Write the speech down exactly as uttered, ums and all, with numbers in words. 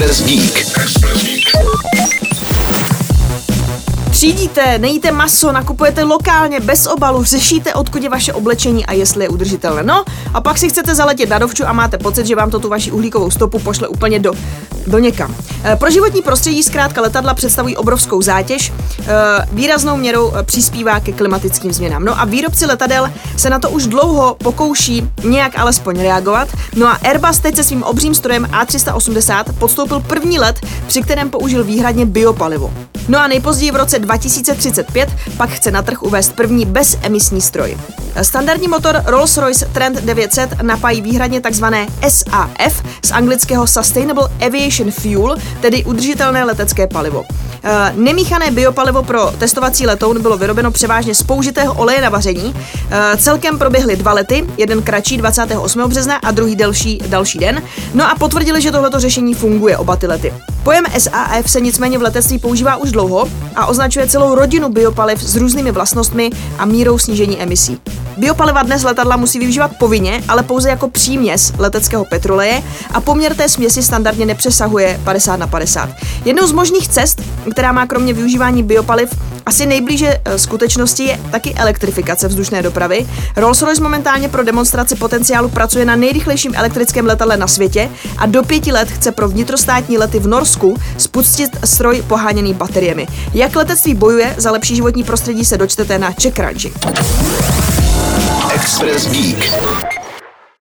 Express Geek. Třídíte, nejíte maso, nakupujete lokálně, bez obalu, řešíte, odkud je vaše oblečení a jestli je udržitelné. No a pak si chcete zaletět na dovču a máte pocit, že vám to tu vaši uhlíkovou stopu pošle úplně do, do někam. E, pro životní prostředí zkrátka letadla představují obrovskou zátěž, e, výraznou měrou přispívá ke klimatickým změnám. No a výrobci letadel se na to už dlouho pokouší nějak alespoň reagovat. No a Airbus teď se svým obřím strojem A tři sta osmdesát podstoupil první let, při kterém použil výhradně biopalivo. No a nejpozději v roce dva tisíce třicet pět pak chce na trh uvést první bezemisní stroj. Standardní motor Rolls-Royce Trent devět set napájí výhradně takzvané S A F z anglického Sustainable Aviation Fuel, tedy udržitelné letecké palivo. E, nemíchané biopalivo pro testovací letoun bylo vyrobeno převážně z použitého oleje na vaření. E, celkem proběhly dva lety, jeden kratší dvacátého osmého března a druhý delší další den. No a potvrdili, že tohleto řešení funguje oba ty lety. Pojem S A F se nicméně v letectví používá už dlouho a označuje celou rodinu biopaliv s různými vlastnostmi a mírou snížení emisí. Biopaliva dnes letadla musí využívat povinně, ale pouze jako příměs leteckého petroleje a poměr té směsi standardně nepřesahuje padesát na padesát. Jednou z možných cest, která má kromě využívání biopaliv asi nejblíže skutečnosti, je taky elektrifikace vzdušné dopravy. Rolls-Royce momentálně pro demonstraci potenciálu pracuje na nejrychlejším elektrickém letadle na světě a do pěti let chce pro vnitrostátní lety v Norsku spustit stroj poháněný bateriemi. Jak letectví bojuje za lepší životní prostředí, se dočtete na CzechCrunchi. Express Geek.